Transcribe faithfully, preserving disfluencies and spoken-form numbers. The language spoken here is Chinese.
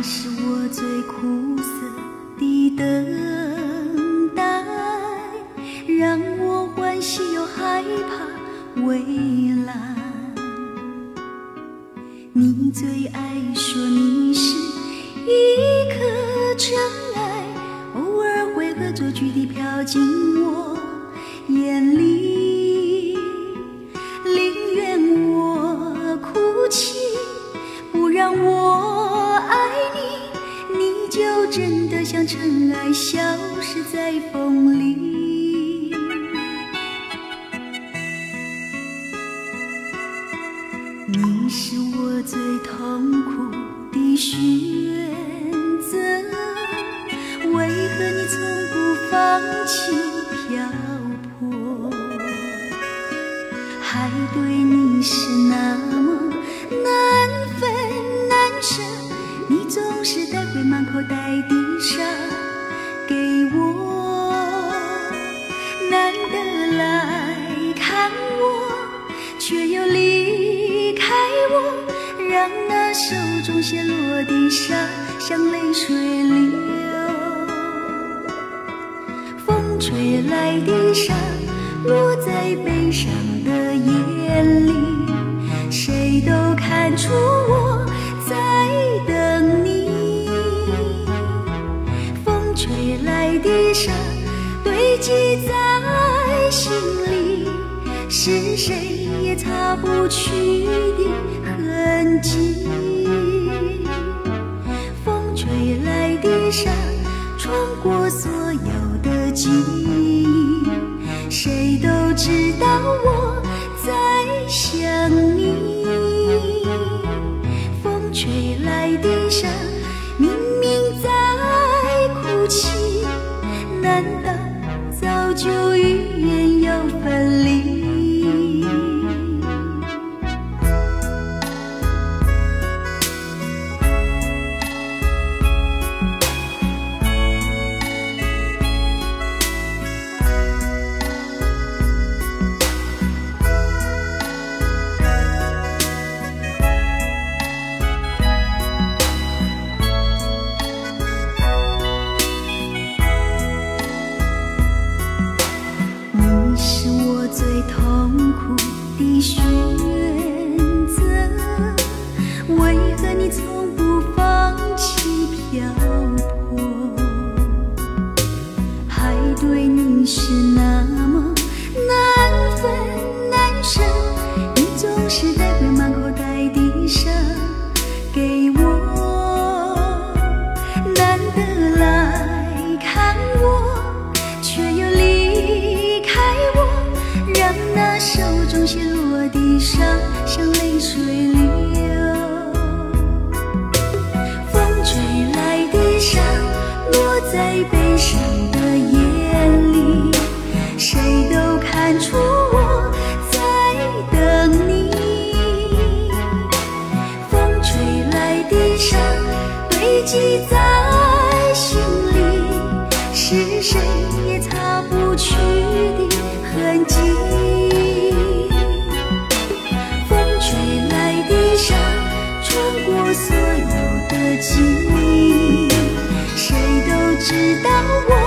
是我最苦涩的等待，让我欢喜又害怕未来。你最爱说你是一颗尘埃，偶尔会恶作剧地飘进我眼里，宁愿我哭泣，不让我爱你，你就真的像尘埃消失在风里。你是我最痛苦的选择，为何你从不放弃漂泊？海对你是那么难分难舍，你总是带回满口袋的沙给我，难得来看我，却又离开我，让那手中泻落的沙像泪水流。风吹来的沙落在悲伤的眼里，谁都看出我在等你。风吹来的沙堆积在心里，是谁也擦不去的痕迹。风吹来的沙穿过所有的记忆，谁都知道我在想你。风吹来的沙明明在哭泣，难道早就预言要分离？是我最痛苦的选择，为何你从不放弃漂泊？海对你是那么难分难舍，你总是带回满口袋的沙给我，难得来看我，却又离开我，让那手中泻落的沙像泪水流。风吹来的沙落在悲伤的眼里，谁都看出我在等你。风吹来的沙堆积在心里，是谁也擦不去的痕迹。风吹来的沙穿过所有的记忆，谁都知道我